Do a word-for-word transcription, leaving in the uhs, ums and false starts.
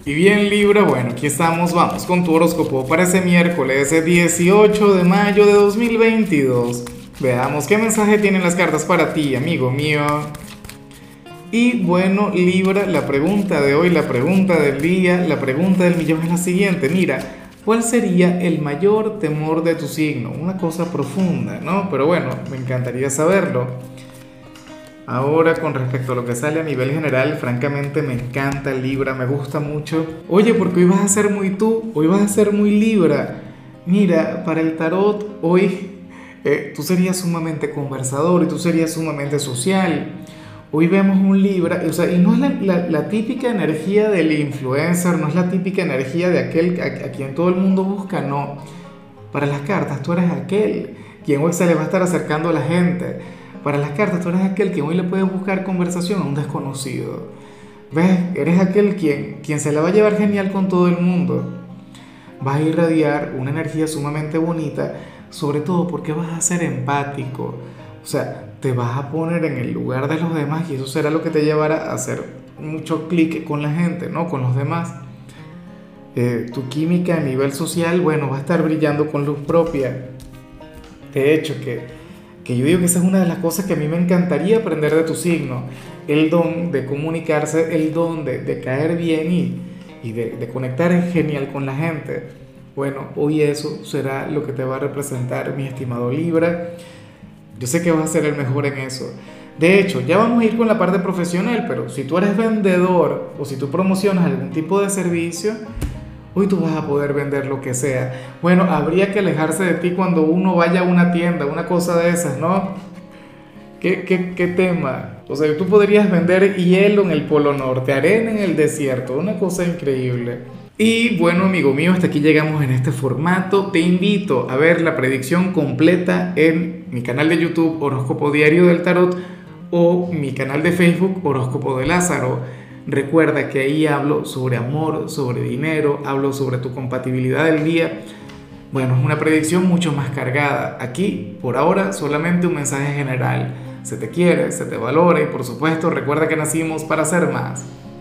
Y bien Libra, bueno, aquí estamos, vamos con tu horóscopo para ese miércoles dieciocho de mayo de dos mil veintidós. Veamos qué mensaje tienen las cartas para ti, amigo mío. Y bueno, Libra, la pregunta de hoy, la pregunta del día, la pregunta del millón es la siguiente. Mira, ¿cuál sería el mayor temor de tu signo? Una cosa profunda, ¿no? Pero bueno, me encantaría saberlo. Ahora, con respecto a lo que sale a nivel general, francamente me encanta Libra, me gusta mucho. Oye, porque hoy vas a ser muy tú, hoy vas a ser muy Libra. Mira, para el tarot, hoy eh, tú serías sumamente conversador y tú serías sumamente social. Hoy vemos un Libra, o sea, y no es la, la- la típica energía del influencer, no es la típica energía de aquel a, a quien todo el mundo busca, no. Para las cartas, tú eres aquel quien hoy se le va a estar acercando a la gente. Para las cartas, tú eres aquel quien hoy le puede buscar conversación a un desconocido. ¿Ves? Eres aquel quien, quien se la va a llevar genial con todo el mundo. Vas a irradiar una energía sumamente bonita, sobre todo porque vas a ser empático. O sea, te vas a poner en el lugar de los demás y eso será lo que te llevará a hacer mucho clic con la gente, ¿no? Con los demás. Eh, tu química a nivel social, bueno, va a estar brillando con luz propia. De hecho, que, que yo digo que esa es una de las cosas que a mí me encantaría aprender de tu signo. El don de comunicarse, el don de, de caer bien y, y de, de conectar genial con la gente. Bueno, hoy eso será lo que te va a representar, mi estimado Libra. Yo sé que vas a ser el mejor en eso. De hecho, ya vamos a ir con la parte profesional, pero si tú eres vendedor o si tú promocionas algún tipo de servicio, hoy tú vas a poder vender lo que sea. Bueno, habría que alejarse de ti cuando uno vaya a una tienda, una cosa de esas, ¿no? ¿Qué, qué, qué tema? O sea, tú podrías vender hielo en el Polo Norte, arena en el desierto, una cosa increíble. Y bueno, amigo mío, hasta aquí llegamos en este formato. Te invito a ver la predicción completa en mi canal de YouTube Horóscopo Diario del Tarot o mi canal de Facebook Horóscopo de Lázaro. Recuerda que ahí hablo sobre amor, sobre dinero, hablo sobre tu compatibilidad del día. Bueno, es una predicción mucho más cargada. Aquí, por ahora, solamente un mensaje general. Se te quiere, se te valora y por supuesto recuerda que nacimos para ser más.